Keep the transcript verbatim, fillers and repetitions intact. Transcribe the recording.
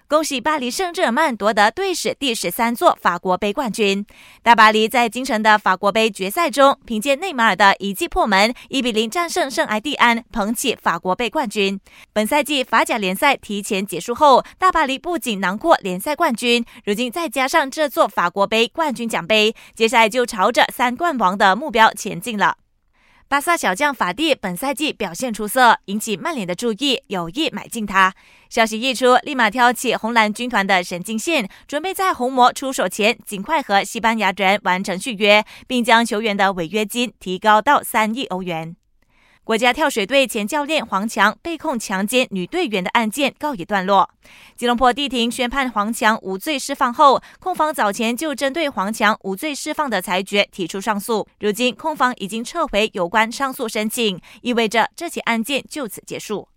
恭喜巴黎圣日耳曼夺得队史第十三座法国杯冠军。大巴黎在今晨的法国杯决赛中，凭借内马尔的一记破门，一比零战胜圣埃蒂安，捧起法国杯冠军。本赛季法甲联赛提前结束后，大巴黎不仅囊括联赛冠军，如今再加上这座法国杯冠军奖杯，接下来就朝着三冠王的目标前进了。巴萨小将法蒂本赛季表现出色，引起曼联的注意，有意买进他。消息一出，立马挑起红蓝军团的神经线，准备在红魔出手前尽快和西班牙人完成续约，并将球员的违约金提高到三亿欧元。国家跳水队前教练黄强被控强奸女队员的案件告一段落。吉隆坡地庭宣判黄强无罪释放后，控方早前就针对黄强无罪释放的裁决提出上诉，如今控方已经撤回有关上诉申请，意味着这起案件就此结束。